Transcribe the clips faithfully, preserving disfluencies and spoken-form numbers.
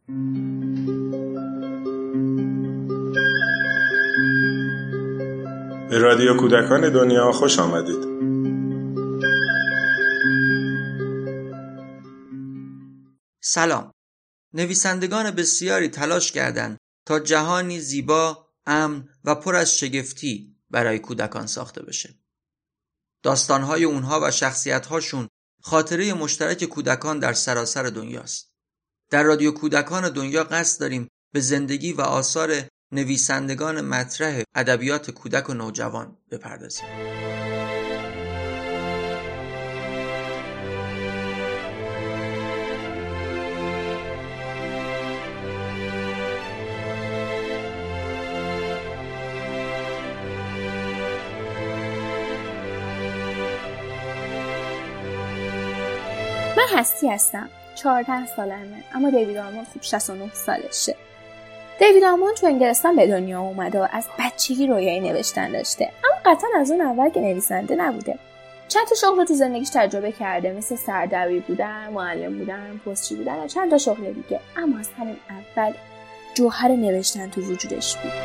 به رادیو کودکان دنیا خوش آمدید. سلام. نویسندگان بسیاری تلاش کردند تا جهانی زیبا، امن و پر از شگفتی برای کودکان ساخته بشه. داستان‌های اونها و شخصیت‌هاشون خاطره مشترک کودکان در سراسر دنیاست. در رادیو کودکان دنیا قصد داریم به زندگی و آثار نویسندگان مطرح ادبیات کودک و نوجوان بپردازیم. من هستی هستم. چهارده سالمه، اما دیوید آلموند خوب شصت و نه سالشه. دیوید آلموند تو انگلستان به دنیا اومده و از بچگی رویای نوشتن داشته، اما قطعا از اون اول که نویسنده نبوده. چند تا شغل رو تو زندگیش تجربه کرده، مثل سردبیر بودن، معلم بودن، پستچی بودن و چند تا شغل دیگه، اما از همین اول جوهر نوشتن تو وجودش بود.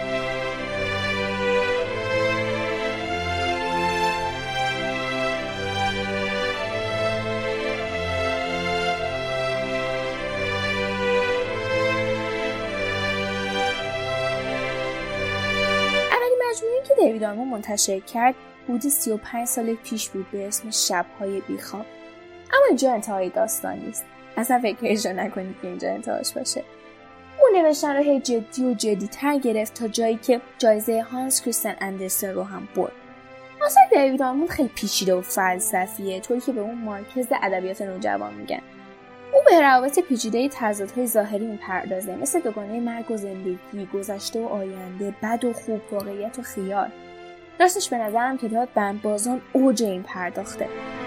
که دیوید آلموند منتشر کرد حدود سی و پنج سال پیش بود به اسم شب‌های بیخواب. اما اینجا انتهای داستان نیست. اصلا فکرش رو نکنید که اینجا انتهاش باشه. اون نوشتن رو هی جدی و جدی‌تر گرفت تا جایی که جایزه هانس کریستین اندرسن رو هم برد. اصلا دیوید آلموند خیلی پیچیده و فلسفیه، طوری که به اون مرکز ادبیات نوجوان میگن. او به روابط پیچیده تضادهای ظاهری میپردازه، مثل دوگانه مرگ و زندگی، گذشته و آینده، بد و خوب، واقعیت و خیال. راستش به نظرم کتاب بندبازان اوج این پرداخته.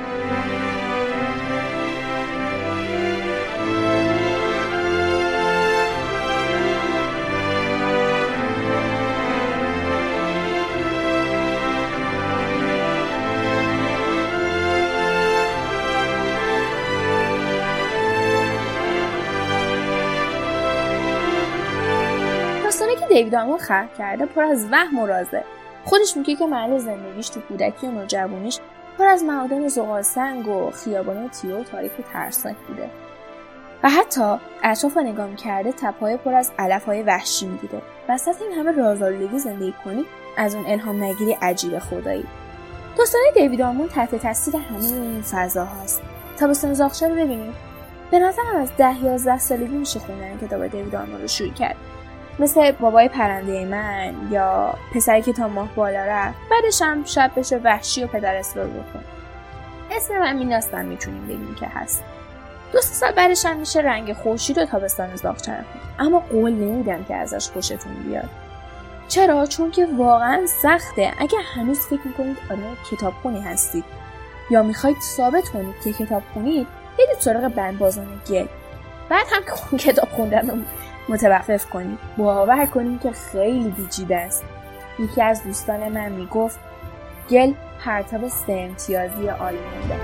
دیوید آلموند خلق کرده پر از وهم و رازه. خودش میگه که محل زندگیش تو کودکی و نوجوانیش پر از معادن زغالسنگ و خیابان تیره و تاریک و ترسناک بوده. و حتی اطراف نگاه می‌کرده تپه‌های پر از علف‌های وحشی می‌دیده. وسط این همه رازآلودگی زندگی کنی، از اون الهام نگیری عجیب خدایی. داستان دیوید آلموند تحت تاثیر همه این فضاهاست. تابستان زاغچه رو ببینید. به نظرم از ده یازده سالگی میشه خوندن کتاب دیوید آلموند رو شروع کرد. مثل بابای پرنده من یا پسری که تا ماه بالا رفت. بعدش هم شب بشه وحشی و پدر اصرار بکن. اسم همین داستان میتونیم بگیم که هست. دو سه سال بعدش هم میشه رنگ خورشید و تابستان زاغچه رو خوند. اما قول نمیدم که ازش خوشتون بیاد. چرا؟ چون که واقعا سخته. اگه هنوز فکر میکنید آدم کتابخونی هستید یا میخواید ثابت کنید که کتاب خونید، برید سراغ بندبازان گل. بعد هم که کتاب خوندن متوقف کنید. باور کنید که خیلی پیچیده است. یکی از دوستان من میگفت گل پرتاب سه امتیازی آلمونده.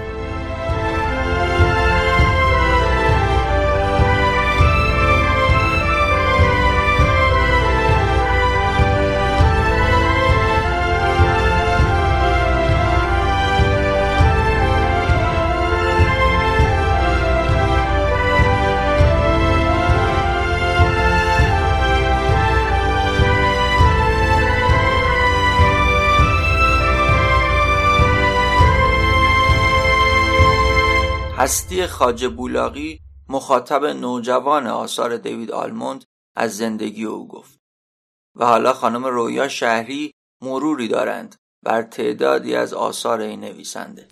هستی خواجه بولاقی مخاطب نوجوان آثار دیوید آلموند از زندگی او گفت و حالا خانم رویا شهری مروری دارند بر تعدادی از آثار این نویسنده.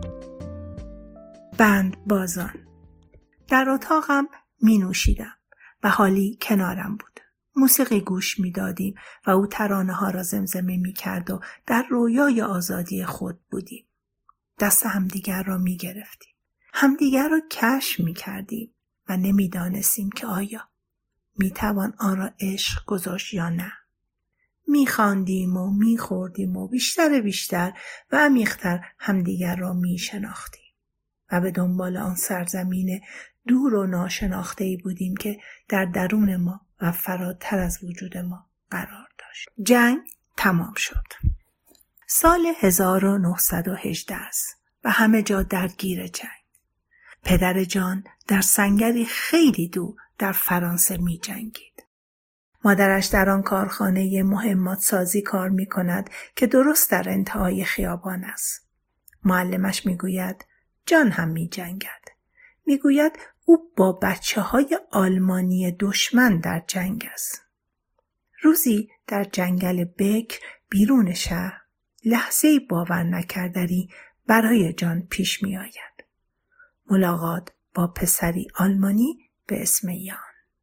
بند بازان. در اتاقم می نوشیدم. و حالی کنارم بود. موسیقی گوش می دادیم و او ترانه ها را زمزمه می کرد و در رویای آزادی خود بودیم. دست همدیگر را می گرفتیم. همدیگر را کشف می کردیم و نمی دانستیم که آیا می توان آن را عشق گذاشت یا نه. می خواندیم و می خوردیم و بیشتر بیشتر و عمیق‌تر همدیگر را می شناختیم و به دنبال آن سرزمین دور و ناشناخته‌ای بودیم که در درون ما و فراتر از وجود ما قرار داشت. جنگ تمام شد. سال هزار و نهصد و هجده است و همه جا درگیر جنگ. پدر جان در سنگری خیلی دور در فرانسه می جنگید. مادرش در آن کارخانه مهمات سازی کار می کند که درست در انتهای خیابان است. معلمش می گوید جان هم می جنگد. می گوید او با بچه های آلمانی دشمن در جنگ است. روزی در جنگل بکر بیرون شهر لحظه‌ای باور نکردنی برای جان پیش می آید. ملاقات با پسری آلمانی به اسم یان.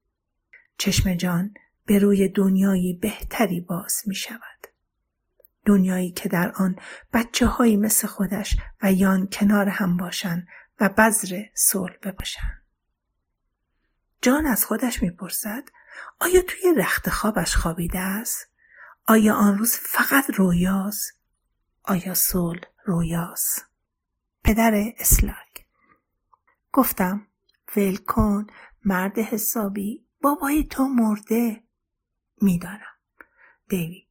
چشم جان به روی دنیایی بهتری باز می شود. دنیایی که در آن بچه هایی مثل خودش و یان کنار هم باشن و بذر صلح بباشن. جان از خودش می پرسد آیا توی رخت خوابش خوابیده است؟ آیا آن روز فقط رویاست؟ آیا صلح رویاست؟ پدر اسلاک: گفتم ول کن مرد حسابی، بابای تو مرده. میدانم دیوی،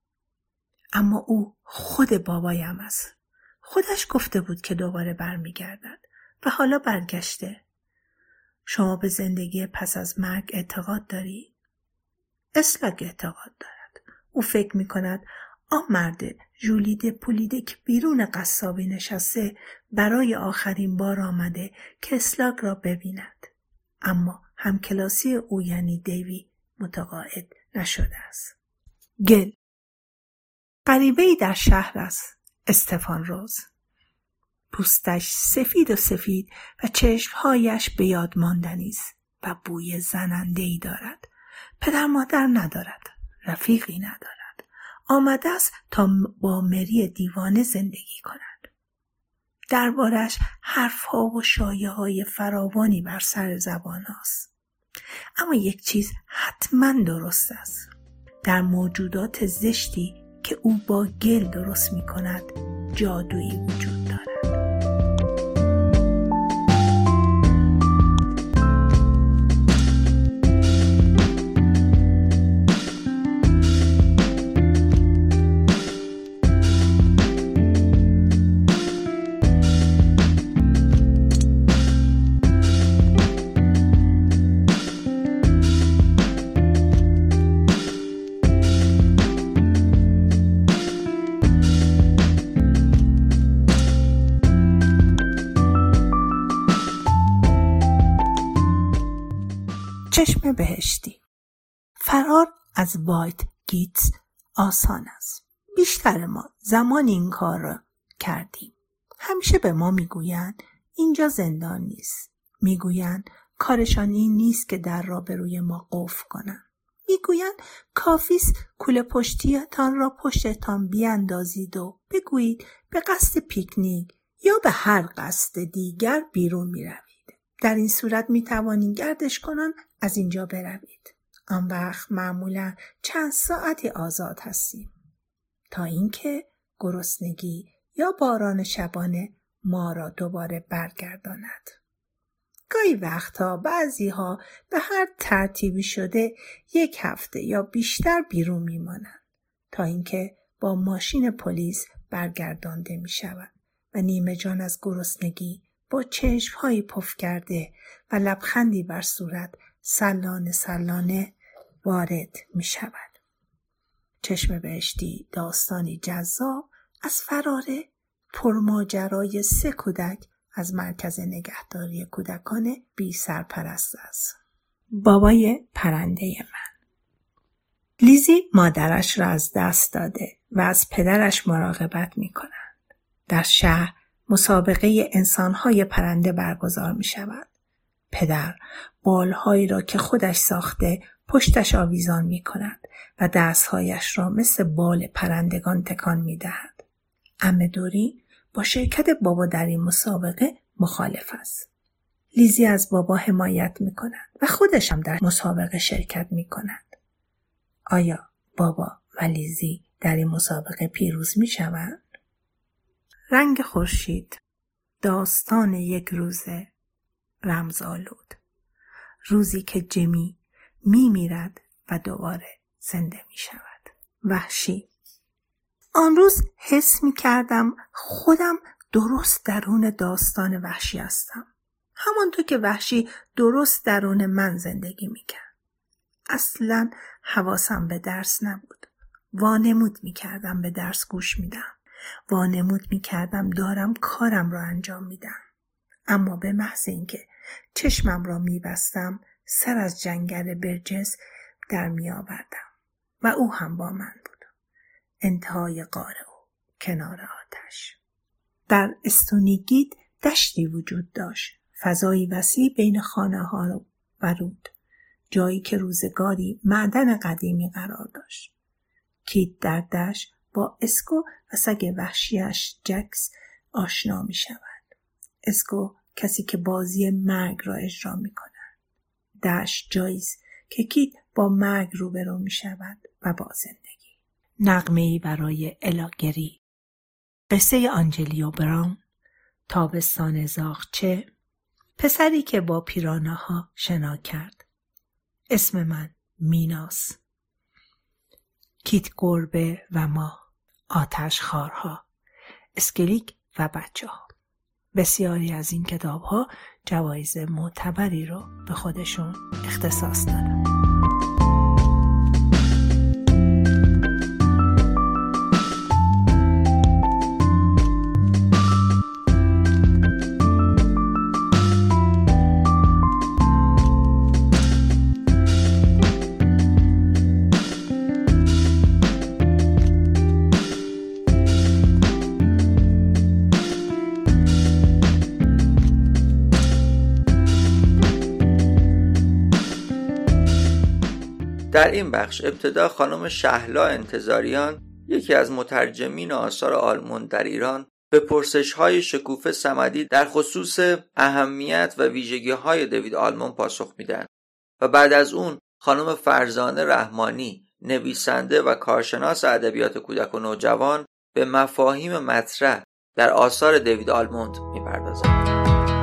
اما او خود بابایم است. خودش گفته بود که دوباره برمیگردد و حالا برگشته. شما به زندگی پس از مرگ اعتقاد داری؟ اسلاک اعتقاد دارد. او فکر می کند آن مرد ژولیده پولیده که بیرون قصابی نشسته برای آخرین بار آمده که اسلاک را ببیند. اما همکلاسی او یعنی دیوی متقاعد نشده است. گل: غریبه‌ای در شهر است. استفان روز. پوستش سفید و سفید و چشمهایش به یاد ماندنی است و بوی زننده‌ای دارد. پدر مادر ندارد. رفیقی ندارد. آمده است تا با مری دیوانه زندگی کند. دربارش حرفها و شایعه‌های فراوانی بر سر زبان است. اما یک چیز حتما درست است. در موجودات زشتی که او با گل درست می کند جادویی وجود دارد. چشم بهشتی. فرار از وایت گیتس آسان است. بیشتر ما زمان این کار را کردیم. همیشه به ما میگویند اینجا زندان نیست. میگویند کارشان این نیست که در را به روی ما قفل کنند. میگویند کافیست کوله پشتیتان را پشتتان بیاندازید و بگویید به قصد پیکنیک یا به هر قصد دیگر بیرون میروید. در این صورت می توانید گردش کنان از اینجا بروید. آن وقت معمولا چند ساعتی آزاد هستیم تا اینکه گرسنگی یا باران شبانه ما را دوباره برگرداند. گاهی وقتها بعضی ها به هر ترتیبی شده یک هفته یا بیشتر بیرون می مانند تا اینکه با ماشین پلیس برگردانده می شود و نیمه جان از گرسنگی با چشمهایی پف کرده و لبخندی بر صورت سلانه سلانه وارد می شود. چشم بهشتی داستانی جذاب از فرار پرماجرای سه کودک از مرکز نگهداری کودکان بی سرپرست است. بابای پرنده من. لیزی مادرش را از دست داده و از پدرش مراقبت می کند. در شهر مسابقه انسان‌های پرنده برگزار می شود. پدر بالهایی را که خودش ساخته پشتش آویزان می کند و دستهایش را مثل بال پرندگان تکان می دهد. عمه دوری با شرکت بابا در این مسابقه مخالف است. لیزی از بابا حمایت می کند و خودش هم در مسابقه شرکت می کند. آیا بابا و لیزی در این مسابقه پیروز می شوند؟ رنگ خورشید، داستان یک روز رمزآلود. روزی که جمی می میرد و دوباره زنده می شود. وحشی. آن روز حس می کردم خودم درست درون داستان وحشی هستم. همانطور که وحشی درست درون من زندگی می کرد. اصلا حواسم به درس نبود. وانمود می کردم به درس گوش می دم. وانمود می کردم دارم کارم را انجام می دم. اما به محض اینکه چشمم را می بستم سر از جنگل برجس در می آوردم و او هم با من بود. انتهای غار او کنار آتش. در استونیگید دشتی وجود داشت. فضایی وسیع بین خانه ها و رود. جایی که روزگاری معدن قدیمی قرار داشت. کیت در دشت با اسکو و سگ وحشیش جکس آشنا می شود. اسکو کسی که بازی مرگ را اجرا می کند. دشت جاییست که کیت با مرگ روبرو می شود و با زندگی. نغمه‌ای برای الاگری. قصه آنجلیو براون. تابستان زاغچه. پسری که با پیرانه‌ها شنا کرد. اسم من میناس. کیت گربه و ما. آتش خارها. اسکلیک و بچه ها. بسیاری از این کتاب ها جوایز معتبری رو به خودشون اختصاص دادن. در این بخش ابتدا خانم شهلا انتظاریان، یکی از مترجمین آثار آلموند در ایران، به پرسش‌های شکوفه صمدی در خصوص اهمیت و ویژگی‌های دیوید آلموند پاسخ میدن و بعد از اون خانم فرزانه رحمانی، نویسنده و کارشناس ادبیات کودک و نوجوان، به مفاهیم مطرح در آثار دیوید آلموند می‌پردازند.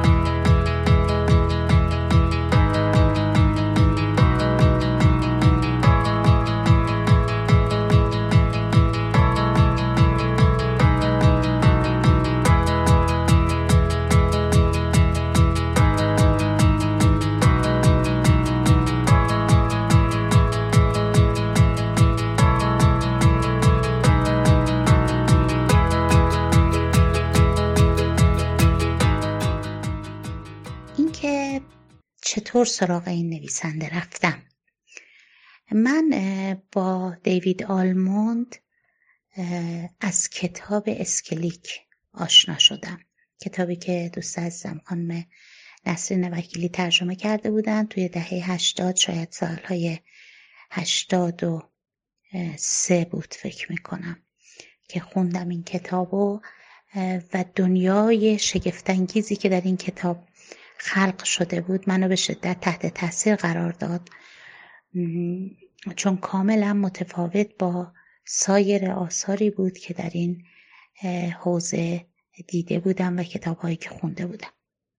چطور سراغ این نویسنده رفتم؟ من با دیوید آلموند از کتاب اسکلیک آشنا شدم. کتابی که دوست عزیزم خانم نسرین وکیلی ترجمه کرده بودن توی دهه هشتاد، شاید سالهای هشتاد و سه بود فکر میکنم که خوندم این کتابو و دنیای شگفت‌انگیزی که در این کتاب خلق شده بود منو به شدت تحت تاثیر قرار داد، چون کاملا متفاوت با سایر آثاری بود که در این حوزه دیده بودم و کتاب‌هایی که خونده بودم.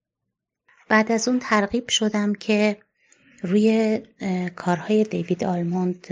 بعد از اون ترغیب شدم که روی کارهای دیوید آلموند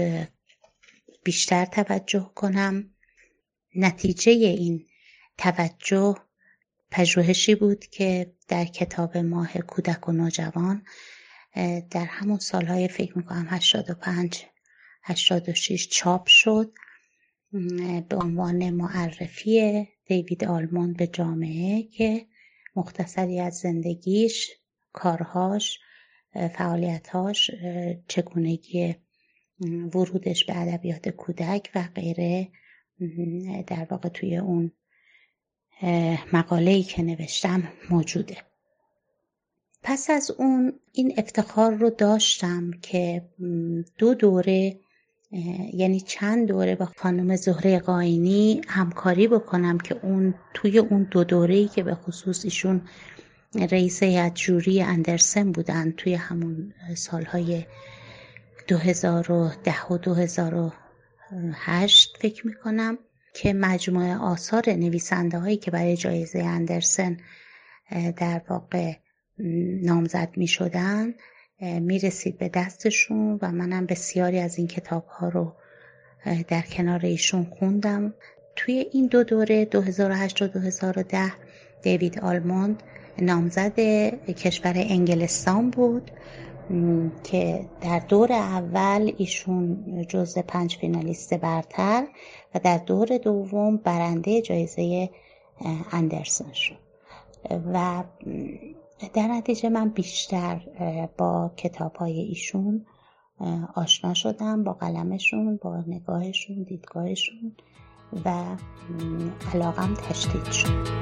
بیشتر توجه کنم. نتیجه این توجه پژوهشی بود که در کتاب ماه کودک و نوجوان در همون سالهای فکر میکنم هشتاد و پنج هشتاد و شش چاپ شد به عنوان معرفی دیوید آلموند به جامعه، که مختصری از زندگیش، کارهاش، فعالیتاش، چگونگی ورودش به ادبیات کودک و غیره در واقع توی اون مقاله‌ای که نوشتم موجوده. پس از اون این افتخار رو داشتم که دو دوره، یعنی چند دوره با خانم زهره قاینی همکاری بکنم که اون توی اون دو دوره‌ای که به خصوص ایشون رئیس هیئت جوری اندرسن بودن توی همون سالهای دو هزار و ده و دو هزار و هشت فکر میکنم که مجموعه آثار نویسنده هایی که برای جایزه اندرسن در واقع نامزد می شدن می رسید به دستشون و منم بسیاری از این کتاب ها رو در کنار ایشون خوندم. توی این دو دوره دو هزار و هشت و دو هزار و ده دیوید آلموند نامزد کشور انگلستان بود که در دور اول ایشون جزو پنج فینالیست برتر و در دور دوم برنده جایزه اندرسن شد و در نتیجه من بیشتر با کتاب‌های ایشون آشنا شدم، با قلمشون، با نگاهشون، دیدگاهشون و علاقم تشدید شد.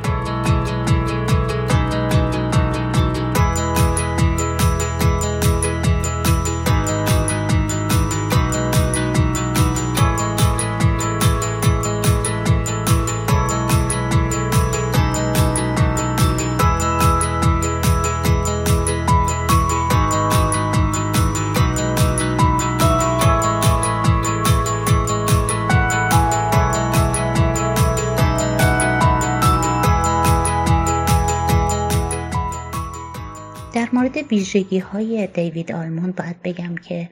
در مورد ویژگی های دیوید آلموند باید بگم که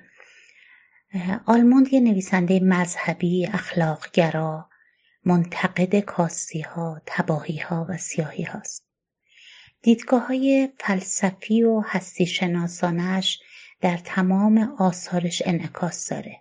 آلموند یه نویسنده مذهبی، اخلاقگرا، منتقد کاستی ها، تباهی ها و سیاهی هاست. دیدگاه های فلسفی و هستی شناسانش در تمام آثارش انعکاس داره.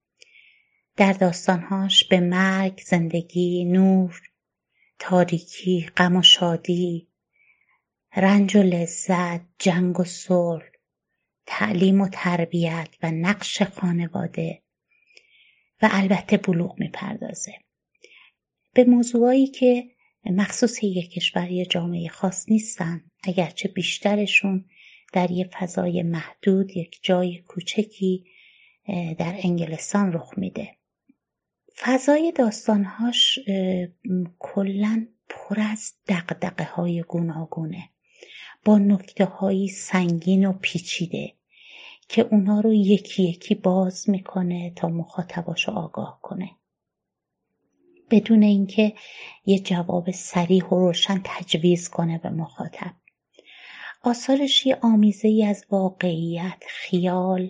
در داستانهاش به مرگ، زندگی، نور، تاریکی، غم و شادی، رنج و لذت، جنگ و صلح، تعلیم و تربیت و نقش خانواده و البته بلوغ میپردازه. به موضوعایی که مخصوص یک کشور یا جامعه خاص نیستن، اگرچه بیشترشون در یک فضای محدود، یک جای کوچکی در انگلستان رخ میده. فضای داستانهاش کلاً پر از دغدغه های گوناگونه با نکته های سنگین و پیچیده که اونا رو یکی یکی باز میکنه تا مخاطباشو آگاه کنه بدون اینکه یه جواب صریح و روشن تجویز کنه به مخاطب. آثارش یه آمیزه‌ای از واقعیت، خیال،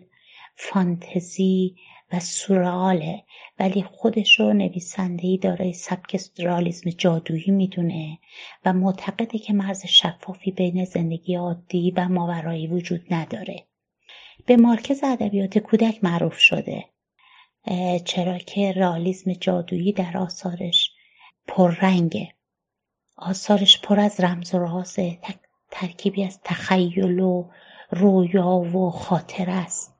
فانتزی و سورئاله، ولی خودش رو نویسنده‌ای دارای سبک سورئالیسم جادویی میدونه و معتقده که مرز شفافی بین زندگی عادی و ماورایی وجود نداره. به مرکز ادبیات کودک معروف شده، چرا که رئالیسم جادویی در آثارش پررنگه. آثارش پر از رمز و رازه، ترکیبی از تخیل و رویا و خاطره است.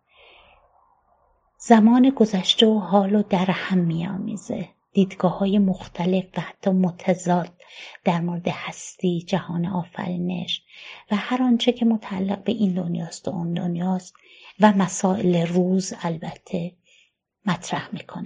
زمان گذشته و حال و در هم می‌آمیزه. دیدگاه‌های مختلف و حتی متضاد در مورد هستی، جهان آفرینش و هر آنچه که متعلق به این دنیاست و اون دنیاست و مسائل روز البته مطرح میکنه.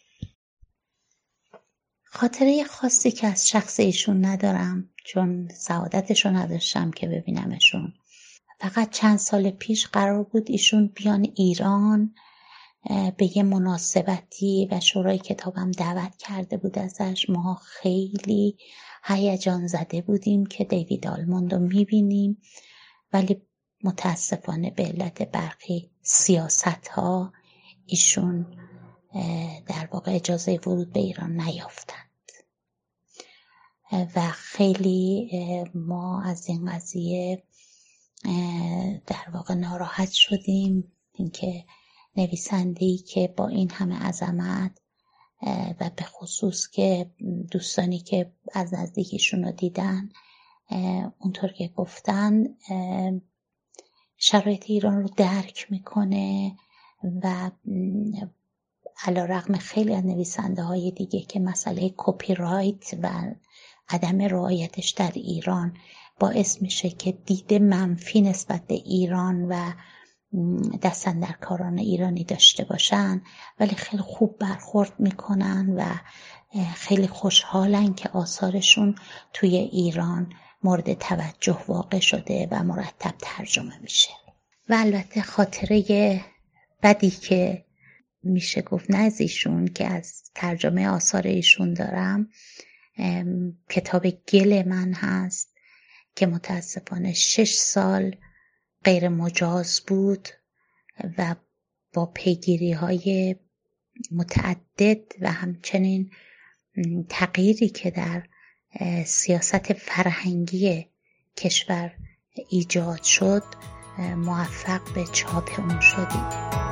خاطره خاصی که از شخص ایشون ندارم، چون سعادتشو نداشتم که ببینمشون. فقط چند سال پیش قرار بود ایشون بیان ایران به یه مناسبتی و شورای کتابم دعوت کرده بود ازش. ما خیلی هیجان زده بودیم که دیوید آلموند رو میبینیم، ولی متاسفانه به علت برخی سیاست ها ایشون در واقع اجازه ورود به ایران نیافتند و خیلی ما از این قضیه در واقع ناراحت شدیم، اینکه نویسنده‌ای که با این همه عظمت و به خصوص که دوستانی که از نزدیکشون رو دیدن اونطور که گفتن شرایط ایران رو درک میکنه و علیرغم خیلی از نویسنده های دیگه که مسئله کپی رایت و عدم رعایتش در ایران باعث میشه که دید منفی نسبت به ایران و دست‌اندرکاران ایرانی داشته باشن، ولی خیلی خوب برخورد میکنن و خیلی خوشحالن که آثارشون توی ایران مورد توجه واقع شده و مرتب ترجمه میشه. و البته خاطره بدی که میشه گفت نه از ایشون که از ترجمه آثار ایشون دارم، کتاب گل من هست که متاسفانه شش سال غیر مجاز بود و با پیگیری های متعدد و همچنین تغییری که در سیاست فرهنگی کشور ایجاد شد موفق به چاپ اون شدیم.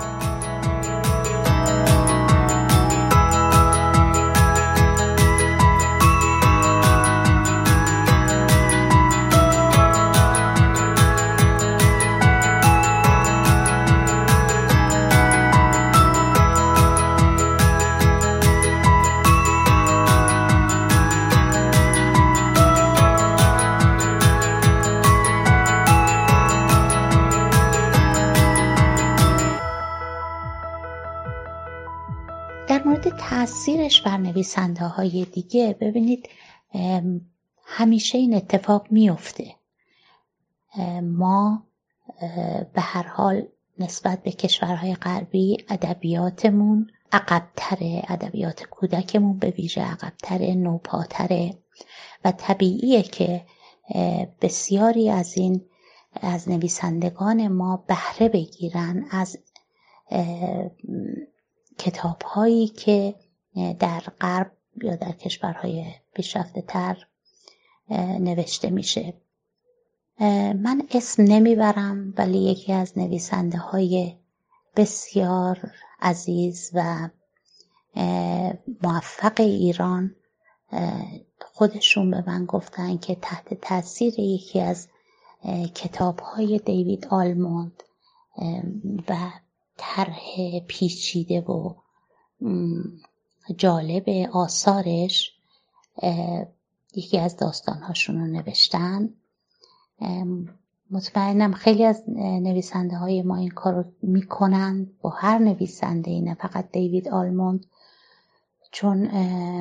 در مورد تأثیرش بر نویسنده های دیگه، ببینید همیشه این اتفاق میفته. ما به هر حال نسبت به کشورهای غربی ادبیاتمون عقب‌تره، ادبیات کودکمون به ویژه عقب‌تره، نوپاتره و طبیعیه که بسیاری از این از نویسندگان ما بهره بگیرن از کتاب هایی که در غرب یا در کشورهای پیشرفته تر نوشته میشه. من اسم نمیبرم، ولی یکی از نویسنده های بسیار عزیز و موفق ایران خودشون به من گفتن که تحت تاثیر یکی از کتاب های دیوید آلموند و طرح پیچیده و جالب آثارش یکی از داستانهاشون رو نوشتن. مطمئنم خیلی از نویسنده های ما این کار رو میکنن با هر نویسنده ای، نه فقط دیوید آلموند، چون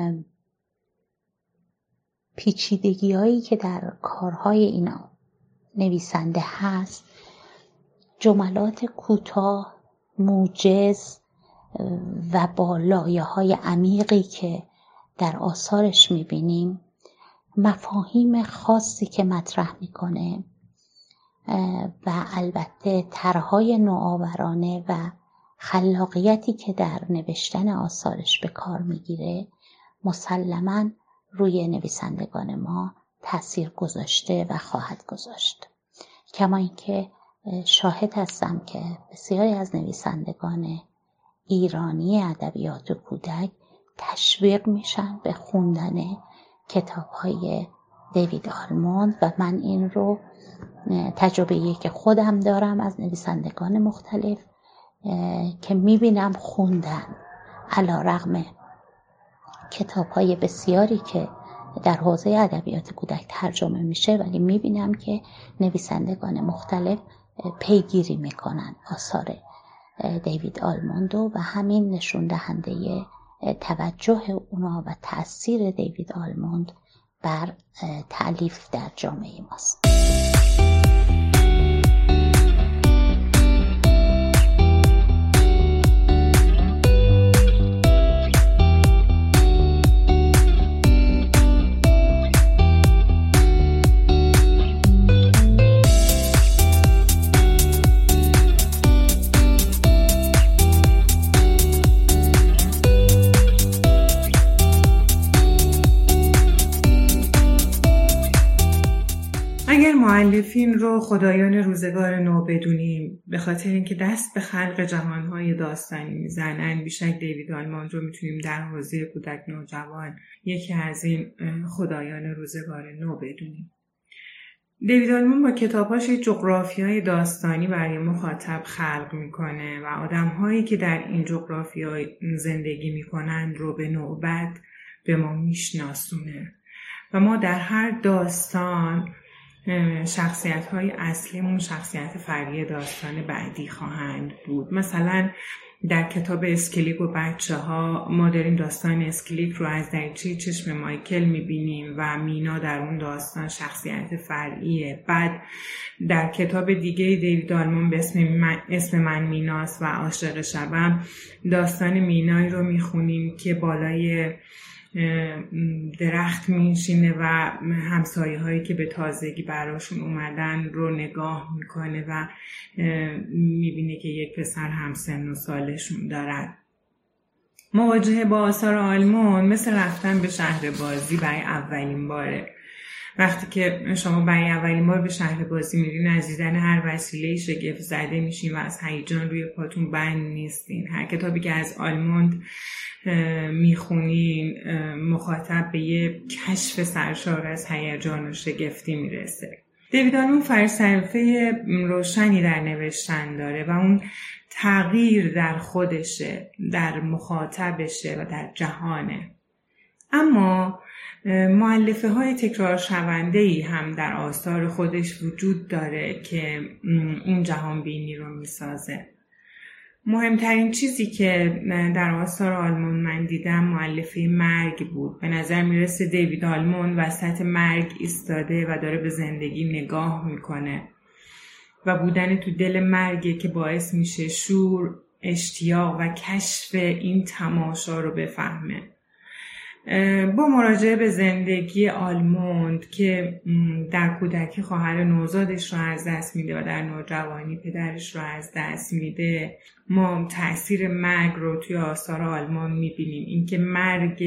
پیچیدگی هایی که در کارهای این نویسنده هست، جملات کوتاه، موجز و با لایه‌های عمیقی که در آثارش میبینیم، مفاهیم خاصی که مطرح میکنه و البته طرح‌های نوآورانه و خلاقیتی که در نوشتن آثارش به کار میگیره مسلماً روی نویسندگان ما تأثیر گذاشته و خواهد گذاشت. کما اینکه شاهد هستم که بسیاری از نویسندگان ایرانی ادبیات کودک تشویق میشن به خوندن کتاب‌های دیوید آلموند و من این رو تجربه‌ای که خودم دارم از نویسندگان مختلف که میبینم خوندن، علی‌رغم کتاب‌های بسیاری که در حوزه ادبیات کودک ترجمه میشه، ولی میبینم که نویسندگان مختلف پیگیری میکنن آثار دیوید آلموندو و همین نشون دهنده توجه اونا و تأثیر دیوید آلموند بر تألیف در جامعه ماست. مؤلفین رو خدایان روزگار نو بدونیم به خاطر اینکه دست به خلق جهانهای داستانی میزنن، بیشک دیوید آلموند رو میتونیم در حوزه کودک نوجوان یکی از این خدایان روزگار نو بدونیم. دیوید آلموند با کتاباش جغرافیای داستانی برای مخاطب خلق میکنه و آدمهایی که در این جغرافیا زندگی میکنن رو به نوبت به ما میشناسونه و ما در هر داستان شخصیت های اصلیمون شخصیت فرعی داستان بعدی خواهند بود. مثلا در کتاب اسکلیک و بچه ها ما داریم داستان اسکلیک رو از دریچه چشم مایکل میبینیم و مینا در اون داستان شخصیت فرعیه. بعد در کتاب دیگه دیوید آلمون به اسم من, اسم من میناست و عاشق شبم داستان مینایی رو میخونیم که بالای درخت میشینه و همسایه هایی که به تازگی براشون اومدن رو نگاه میکنه و میبینه که یک پسر همسن و سالشون دارد. مواجهه با آثار آلمون مثل رفتن به شهر بازی برای اولین باره. وقتی که شما برای اولین بار به شهر بازی میرین از دیدن هر وسیله شگفت زده میشین و از هیجان روی پاتون بند نیستین. هر کتابی که از آلموند میخونین مخاطب به یه کشف سرشار از هیجان و شگفتی میرسه. دیوید آلموند فلسفه روشنی در نوشتن داره و اون تغییر در خودشه، در مخاطبشه و در جهانه. اما مؤلفه های تکرار شونده ای هم در آثار خودش وجود داره که این جهان بینی رو میسازه. مهمترین چیزی که در آثار آلمون من دیدم مؤلفه مرگ بود. به نظر میرسه دیوید آلمون وسط مرگ ایستاده و داره به زندگی نگاه میکنه و بودن تو دل مرگه که باعث میشه شور، اشتیاق و کشف این تماشا رو بفهمه. با مراجعه به زندگی آلموند که در کودکی خواهر نوزادش رو از دست میده و در نوجوانی پدرش رو از دست میده، ما تأثیر مرگ رو توی آثار آلموند میبینیم. اینکه مرگ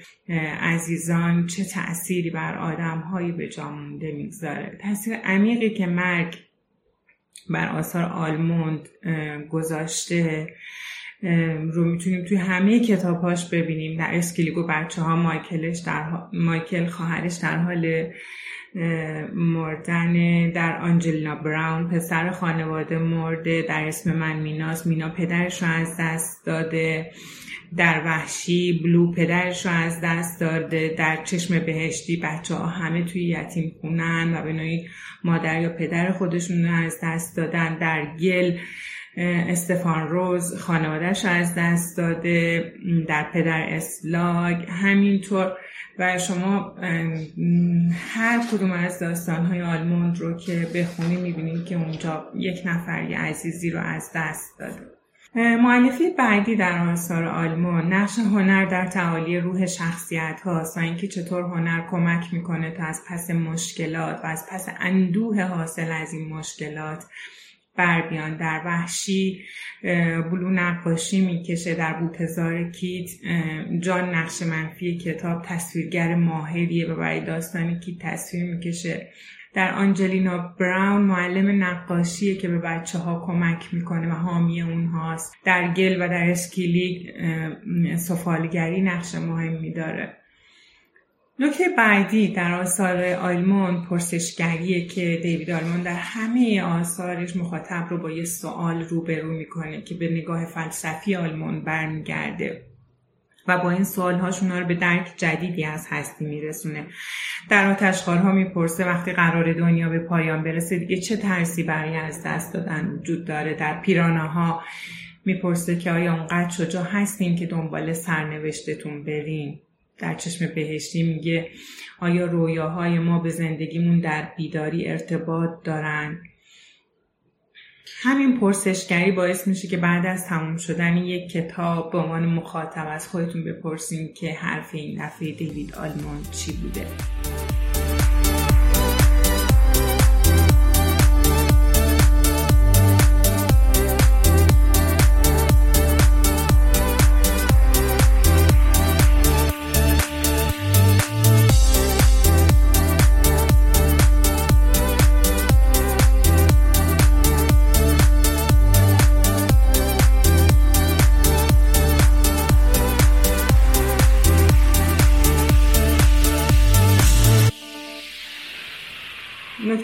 عزیزان چه تأثیری بر آدم‌های به جا مونده میگذاره. تأثیر عمیقی که مرگ بر آثار آلموند گذاشته رو میتونیم توی همه کتاباش ببینیم. در اسکلیک و بچه ها مایکلش در ها... مایکل خواهرش در حال مردن، در آنجلینا براون پسر خانواده مرده، در اسم من میناست مینا پدرش رو از دست داده، در وحشی بلو پدرش رو از دست داده، در چشم بهشتی بچه ها همه توی یتیم خونن و به نوعی مادر یا پدر خودشون رو از دست دادن، در گل استفان روز خانواده‌اش از دست داده، در پدر اسلاگ همینطور. و شما هر کدوم از داستان‌های آلموند رو که بخونی می‌بینید که اونجا یک نفر یه عزیزی رو از دست داده. مؤلفه بعدی در آثار آلموند نقش هنر در تعالی روح شخصیت هاست و اینکه چطور هنر کمک میکنه تا از پس مشکلات و از پس اندوه حاصل از این مشکلات بر بیان. در وحشی بلو نقاشی میکشه، در بوتزار کیت جان نقش منفی کتاب تصویرگر ماهریه و برای داستان کیت تصویر میکشه. در آنجلینا براون معلم نقاشیه که به بچه ها کمک میکنه و حامی اونهاست. در گل و در اسکلیک سفالگری نقش مهمی داره. نکته بعدی در آثار آلموند پرسشگریه که دیوید آلموند در همه آثارش مخاطب رو با یه سوال روبرو میکنه که به نگاه فلسفی آلموند برمیگرده و با این سوالهاش اونا رو به درک جدیدی از هستی میرسونه. در آتشخوارها میپرسه وقتی قرار دنیا به پایان برسه دیگه چه ترسی برای از دست دادن وجود داره. در پیرانه‌ها میپرسه که آیا اونقدر شجاع هستین که دنبال سرنوشتتون برین. در چشم بهشتی میگه آیا رویاهای ما به زندگیمون در بیداری ارتباط دارن؟ همین پرسشگری باعث میشه که بعد از تموم شدن یک کتاب به عنوان مخاطب از خودتون بپرسین که حرف این دفعه دیوید آلموند چی بوده.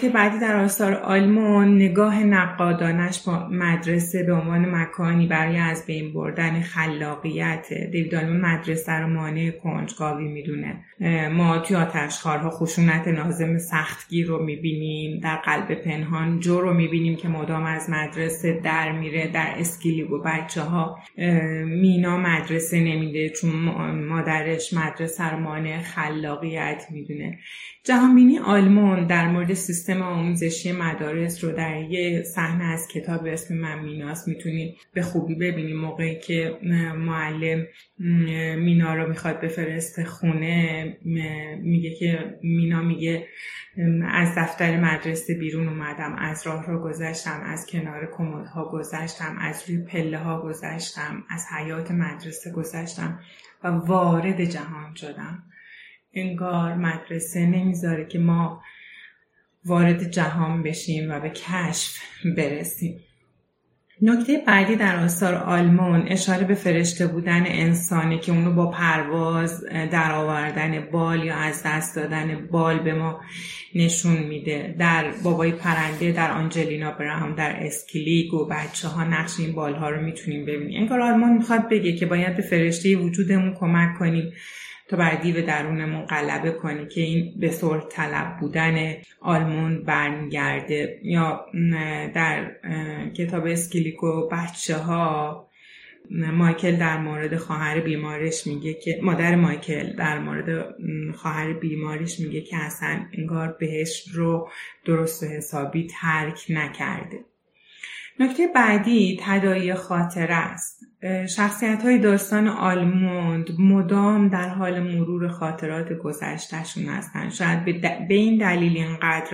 نکته بعدی در آثار آلمان نگاه نقادانش با مدرسه به عنوان مکانی برای از بین بردن خلاقیت. دیوید آلمان مدرسه رو مانع کنجکاوی میدونه. ما توی آتشخوارها خشونت ناظم سختگیر رو میبینیم، در قلب پنهان جو رو میبینیم که مدام از مدرسه در میره. در اسکیلیگو بچه ها مینا مدرسه نمیده چون مادرش مدرسه رو مانع خلاقیت میدونه. جهانبینی آلمان در مورد سیستم آموزشی مدارس رو در یه صحنه از کتاب اسم من میناست میتونید به خوبی ببینید. موقعی که معلم مینا رو میخواد بفرسته خونه، میگه که مینا میگه از دفتر مدرسه بیرون اومدم، از راه رو گذشتم، از کنار کمدها گذشتم، از روی پله ها گذشتم، از حیاط مدرسه گذشتم و وارد جهان شدم. انگار مدرسه نمیذاره که ما وارد جهان بشیم و به کشف برسیم. نکته بعدی در آثار آلمان اشاره به فرشته بودن انسانی که اونو با پرواز، در آوردن بال یا از دست دادن بال به ما نشون میده. در بابای پرنده، در آنجلینا براون، در اسکیلیگو بچه ها نقش این بال ها رو میتونیم ببینیم. انگار آلمان میخواد بگه که باید به فرشته وجودمون کمک کنیم تا بر دیو درونمون غلبه کنی که این به صلح طلب بودن آلمان برمیگرده. یا در کتاب اسکیلیگو بچه ها، مایکل در مورد خواهر بیمارش میگه که مادر مایکل در مورد خواهر بیمارش میگه که اصلا انگار بهش رو درست و حسابی ترک نکرده. نکته بعدی تداعی خاطره است. شخصیت‌های داستان آلموند مدام در حال مرور خاطرات گذشته‌شون هستن. شاید به این دلیل اینقدر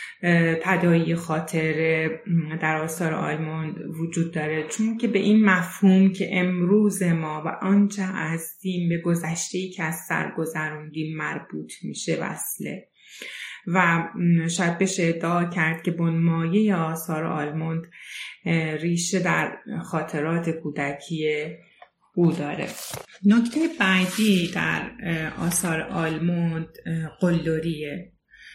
تداعی خاطره در آثار آلموند وجود داره، چون که به این مفهوم که امروز ما و آنچه هستیم به گذشته‌ای که از سر گذروندیم مربوط میشه وصله. و شاید بشه ادعا کرد که بنمایه آثار آلموند ریشه در خاطرات کودکی او داره. نکته بعدی در آثار آلموند قلدریه.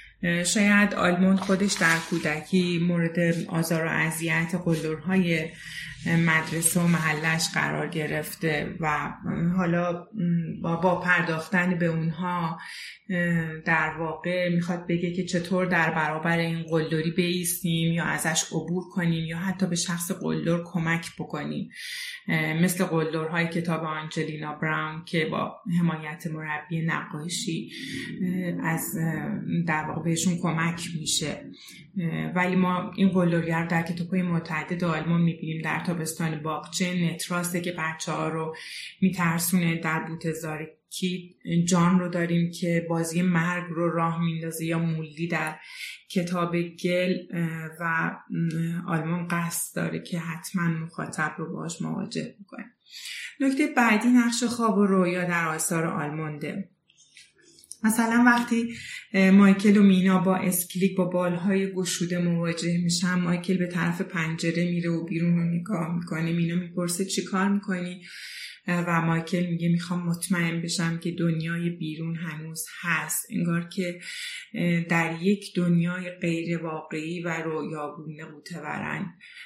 شاید آلموند خودش در کودکی مورد آزار و اذیت قلدرهای مدرسه و محلش قرار گرفته و حالا با پرداختن به اونها در واقع میخواد بگه که چطور در برابر این قلدری بایستیم یا ازش عبور کنیم یا حتی به شخص قلدر کمک بکنیم، مثل قلدرهای کتاب آنجلینا براون که با حمایت مربی نقاشی از در واقع بهشون کمک میشه. ولی ما این قلدری رو در کتاب‌های متعدد آلمان میبینیم. در تابستان باغچه نتراسه که بچه ها رو میترسونه. در بوتزارکی جان رو داریم که بازی مرگ رو راه میندازه، یا مولدی در کتاب گل و آلمان قصد داره که حتما مخاطب رو باهاش مواجه بکنه. نکته بعدی نقش خواب و رویا در آثار آلمانده. مثلا وقتی مایکل و مینا با اسکلیک با بالهای گشوده مواجه میشن، مایکل به طرف پنجره میره و بیرون رو نگاه میکنه. مینا میپرسه چی کار میکنی؟ و مایکل میگه میخوام مطمئن بشم که دنیای بیرون هنوز هست. انگار که در یک دنیای غیر واقعی و رویاگونه غوطه ورن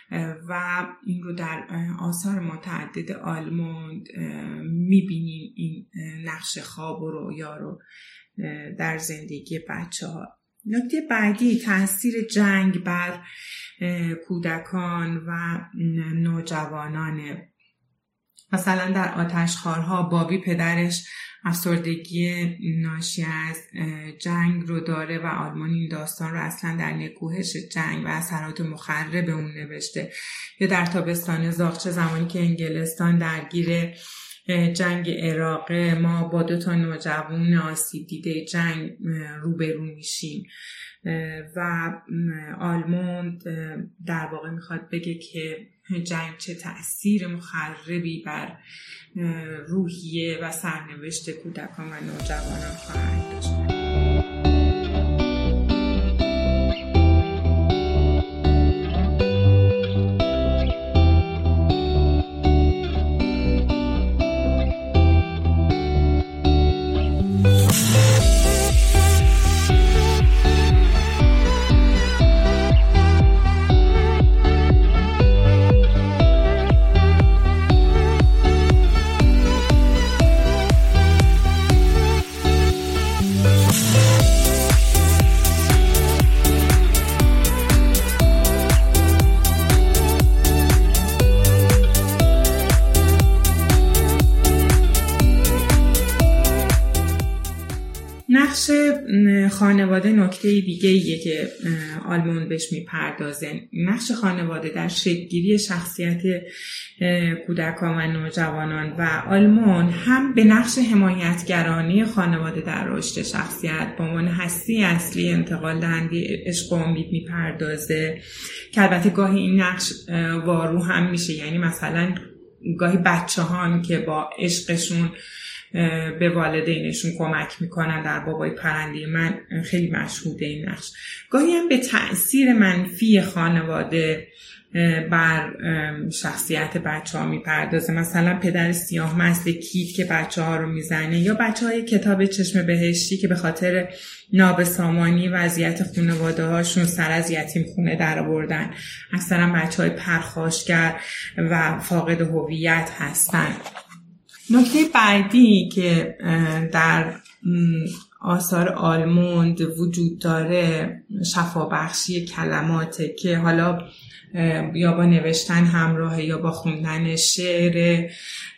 و این رو در آثار متعدد آلموند میبینیم، این نقش خواب و رویا رو در زندگی بچه ها. نکته بعدی تاثیر جنگ بر کودکان و نوجوانانه. مثلا در آتشخوارها بابی پدرش افسردگی ناشی از جنگ رو داره و آلمان این داستان رو اصلا در نکوهش جنگ و اثرات مخرب اون نوشته. یا در تابستان زاغچه زمانی که انگلستان درگیر جنگ عراق، ما با دو تا نوجوان آسیب دیده جنگ روبرو میشیم و آلموند در واقع میخواد بگه که جنگ چه تأثیر مخربی بر روحیه و سرنوشت کودکان و نوجوانان خواهد داشت. نقش خانواده نکته دیگه ایه که آلموند بهش میپردازه. نقش خانواده در شکل‌گیری شخصیت کودکان و نوجوانان و آلموند هم به نقش حمایتگرانی خانواده در رشد شخصیت به عنوان هستی اصلی انتقال دهنده عشق و امید میپردازه که البته گاهی این نقش وارو هم میشه. یعنی مثلا گاهی بچه ها که با عشقشون به والدینشون کمک میکنن، در بابای پرنده من خیلی مشهوده این نقش. گاهی هم به تأثیر منفی خانواده بر شخصیت بچه ها میپردازه. مثلا پدر سیاه مست کیت که بچه ها رو میزنه، یا بچه های کتاب چشم بهشتی که به خاطر نابسامانی وضعیت خانواده هاشون سر از یتیم خونه در آوردن. اکثرا بچه های پرخاشگر و فاقد هویت هستن. نکته بعدی که در آثار آلموند وجود داره شفابخشی کلماته که حالا یا با نوشتن همراهه یا با خوندن شعر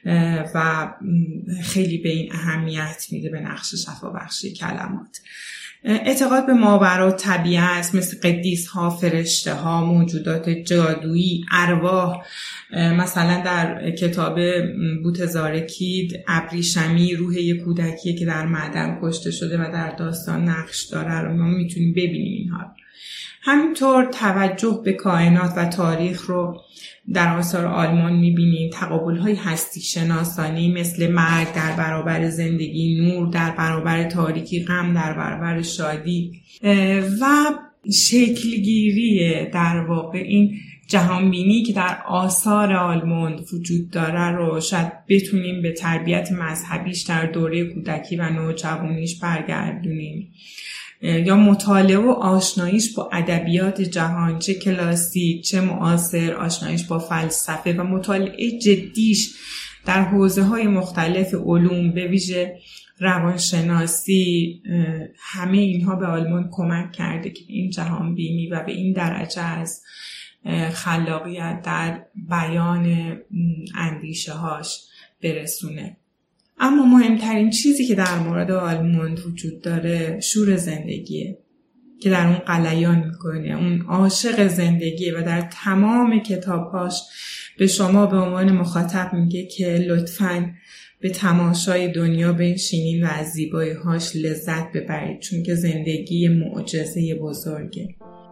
و خیلی به این اهمیت میده به نقش شفابخشی کلمات. اعتقاد به ماورا طبیعت مثل قدیس ها، فرشته ها، موجودات جادویی، ارواح. مثلا در کتاب بوتزارکید ابریشمی روح یک کودکیه که در معدن کشته شده و در داستان نقش داره رو ما میتونیم ببینیم اینها. همینطور توجه به کائنات و تاریخ رو در آثار آلمان میبینیم. تقابل‌های هستی شناسانی مثل مرگ در برابر زندگی، نور در برابر تاریکی، غم در برابر شادی و شکلگیری در واقع این جهانبینی که در آثار آلموند وجود داره رو شاید بتونیم به تربیت مذهبیش در دوره کودکی و نوجوانیش برگردونیم، یا مطالعه و آشناییش با ادبیات جهان، چه کلاسیک چه معاصر، آشناییش با فلسفه و مطالعه جدیش در حوزه‌های مختلف علوم به ویژه روانشناسی. همه اینها به آلمان کمک کرده که این جهان بینی و به این درجه از خلاقیت در بیان اندیشه هاش برسونه. اما مهمترین چیزی که در مورد آلموند وجود داره شور زندگیه که در اون غلیان میکنه. اون عاشق زندگیه و در تمام کتابهاش به شما به عنوان مخاطب میگه که لطفاً به تماشای دنیا بنشینین و از زیبایی‌هاش لذت ببرید، چون که زندگی معجزه بزرگه.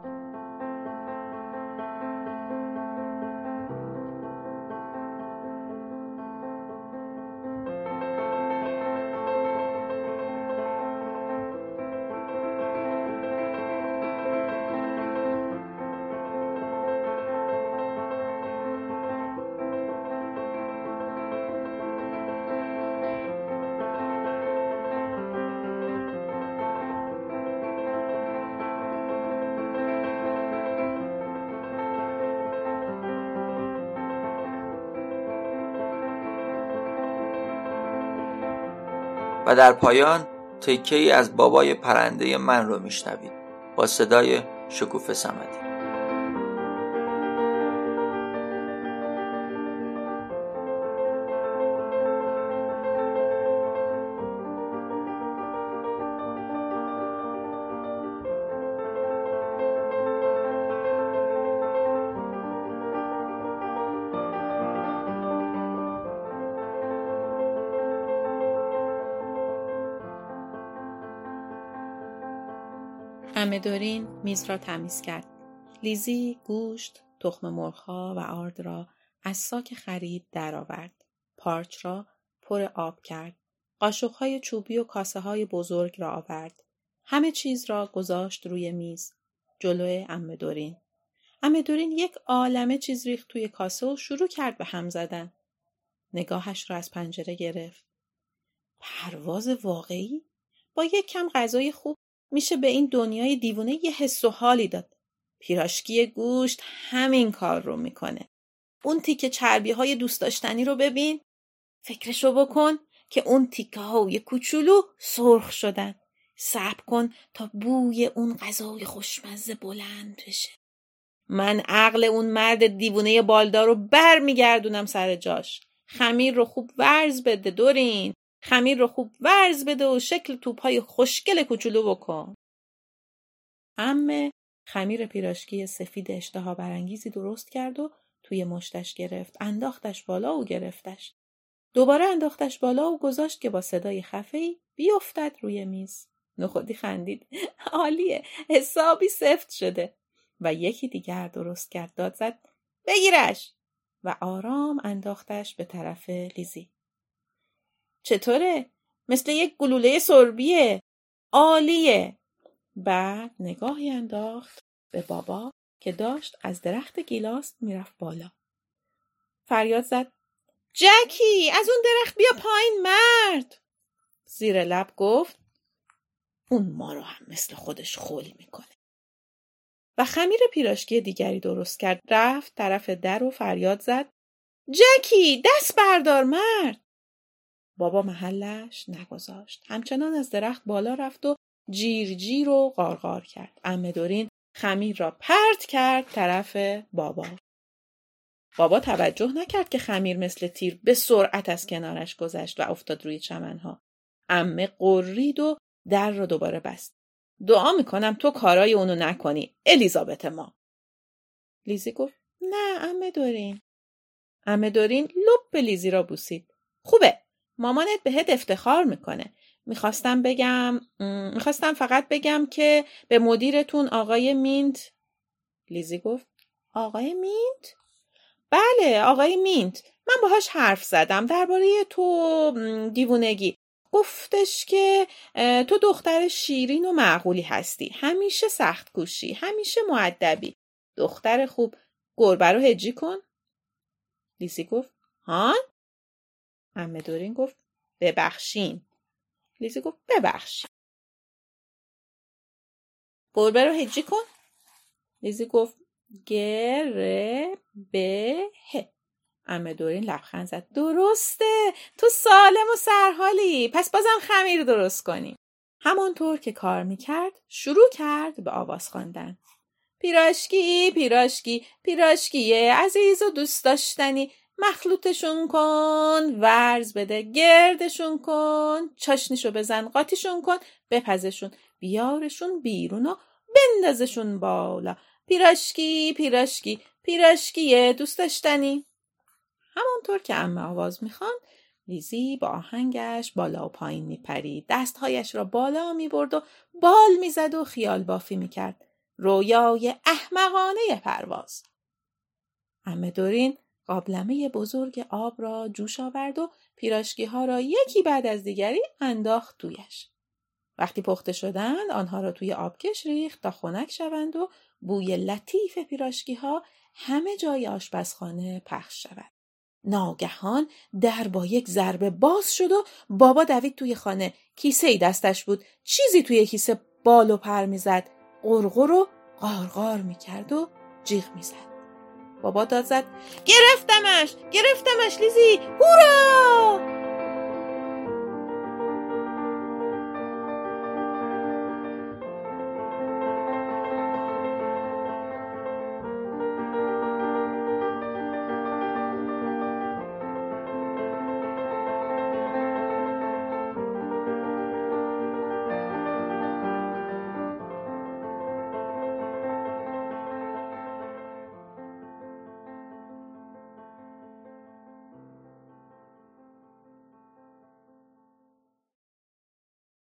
و در پایان تکه‌ای از بابای پرنده من رو میشنوید با صدای شکوفه صمدی. عمه دورین میز را تمیز کرد. لیزی گوشت، تخم مرغ‌ها و آرد را از ساک خرید درآورد. پارچ را پر آب کرد. قاشق‌های چوبی و کاسه‌های بزرگ را آورد. همه چیز را گذاشت روی میز جلوی عمه دورین. عمه دورین یک عالمه چیز ریخت توی کاسه و شروع کرد به هم زدن. نگاهش را از پنجره گرفت. پرواز واقعی؟ با یک کم غذای خوب میشه به این دنیای دیوونه یه حس و حالی داد. پیراشکی گوشت همین کار رو میکنه. اون تیکه چربی های دوست داشتنی رو ببین. فکرشو بکن که اون تیکه های کوچولو سرخ شدن. صبر کن تا بوی اون غذای خوشمزه بلند بشه. من عقل اون مرد دیوونه بالدار رو بر میگردونم سر جاش. خمیر رو خوب ورز بده دورین. خمیر رو خوب ورز بده و شکل توپ‌های خوشگل کوچولو بکن. عمه خمیر پیراشکی سفید اشتها برانگیزی درست کرد و توی مشتش گرفت. انداختش بالا و گرفتش. دوباره انداختش بالا و گذاشت که با صدای خفه‌ای بیفتد روی میز. نخودی خندید. عالیه، حسابی سفت شده. و یکی دیگر درست کرد، داد زد بگیرش و آرام انداختش به طرف لیزی. چطوره؟ مثل یک گلوله سربیه. عالیه. بعد نگاهی انداخت به بابا که داشت از درخت گیلاس میرفت بالا. فریاد زد جکی، از اون درخت بیا پایین مرد. زیر لب گفت اون ما رو هم مثل خودش خول میکنه. و خمیر پیراشکی دیگری درست کرد. رفت طرف در و فریاد زد جکی، دست بردار مرد. بابا محلش نگذاشت. همچنان از درخت بالا رفت و جیر جیر و غارغار کرد. عمه دورین خمیر را پرت کرد طرف بابا. بابا توجه نکرد که خمیر مثل تیر به سرعت از کنارش گذشت و افتاد روی چمنها. عمه قرید و در را دوباره بست. دعا میکنم تو کارای اونو نکنی، الیزابت ما. لیزی گفت نه عمه دورین. عمه دورین لب لیزی را بوسید. خوبه، مامانت بهت افتخار میکنه. میخواستم بگم میخواستم فقط بگم که به مدیرتون آقای مینت. لیزی گفت آقای مینت؟ بله آقای مینت. من باهاش حرف زدم درباره تو دیوونگی. گفتش که تو دختر شیرین و معقولی هستی. همیشه سخت کوشی. همیشه مؤدبی. دختر خوب. گربه رو هجی کن. لیزی گفت هان؟ عمه دورین گفت ببخشین. لیزی گفت ببخشین. گربه رو هجی کن. لیزی گفت گره به ه. عمه دورین لبخند زد. درسته، تو سالم و سرحالی. پس بازم خمیر درست کنی. همانطور که کار میکرد شروع کرد به آواز خواندن. پیراشکی پیراشکی پیراشکیه عزیز و دوست داشتنی، مخلوطشون کن ورز بده گردشون کن، چاشنیشو بزن قاطیشون کن، بپزشون بیارشون بیرون و بندازشون بالا. پیراشکی پیراشکی پیراشکیه دوست داشتنی. همانطور که عمه آواز میخواند لیزی با آهنگش بالا و پایین میپرید. دستهایش را بالا میبرد و بال میزد و خیال بافی میکرد. رویای احمقانه پرواز. عمه دورین قابلمه بزرگ آب را جوش آورد و پیراشکی ها را یکی بعد از دیگری انداخت تویش. وقتی پخته شدند آنها را توی آبکش ریخت تا خنک شوند و بوی لطیف پیراشکی ها همه جای آشپزخانه پخش شود. ناگهان در با یک ضربه باز شد و بابا دوید توی خانه. کیسه ای دستش بود. چیزی توی کیسه بال و پر میزد. قرقر و قارقار میکرد و جیغ میزد. بابا داد زد گرفتمش گرفتمش لیزی، هورا!